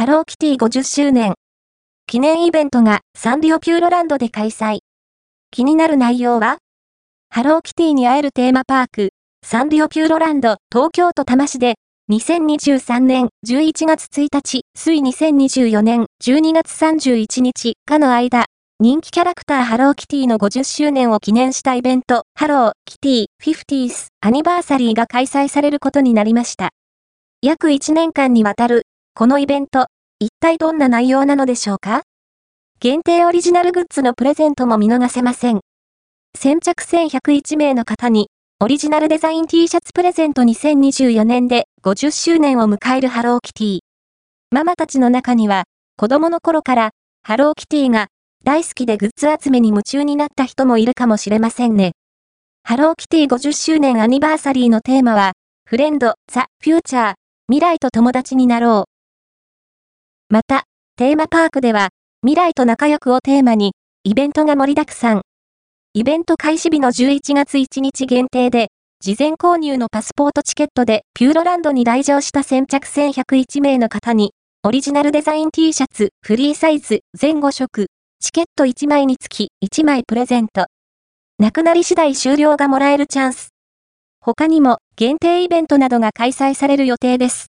ハローキティ50周年。記念イベントがサンリオピューロランドで開催。気になる内容はハローキティに会えるテーマパーク、サンリオピューロランド東京都多摩市で、2023年11月1日、水2024年12月31日かの間、人気キャラクターハローキティの50周年を記念したイベント、ハローキティ 50th アニバーサリーが開催されることになりました。約1年間にわたる、このイベント、一体どんな内容なのでしょうか？限定オリジナルグッズのプレゼントも見逃せません。先着1101名の方に、オリジナルデザイン T シャツプレゼント2024年で50周年を迎えるハローキティ。ママたちの中には、子供の頃から、ハローキティが大好きでグッズ集めに夢中になった人もいるかもしれませんね。ハローキティ50周年アニバーサリーのテーマは、フレンド、ザ・フューチャー、未来と友達になろう。また、テーマパークでは、未来と仲良くをテーマに、イベントが盛りだくさん。イベント開始日の11月1日限定で、事前購入のパスポートチケットでピューロランドに来場した先着1101名の方に、オリジナルデザイン T シャツ、フリーサイズ、全5色、チケット1枚につき1枚プレゼント。なくなり次第終了がもらえるチャンス。他にも限定イベントなどが開催される予定です。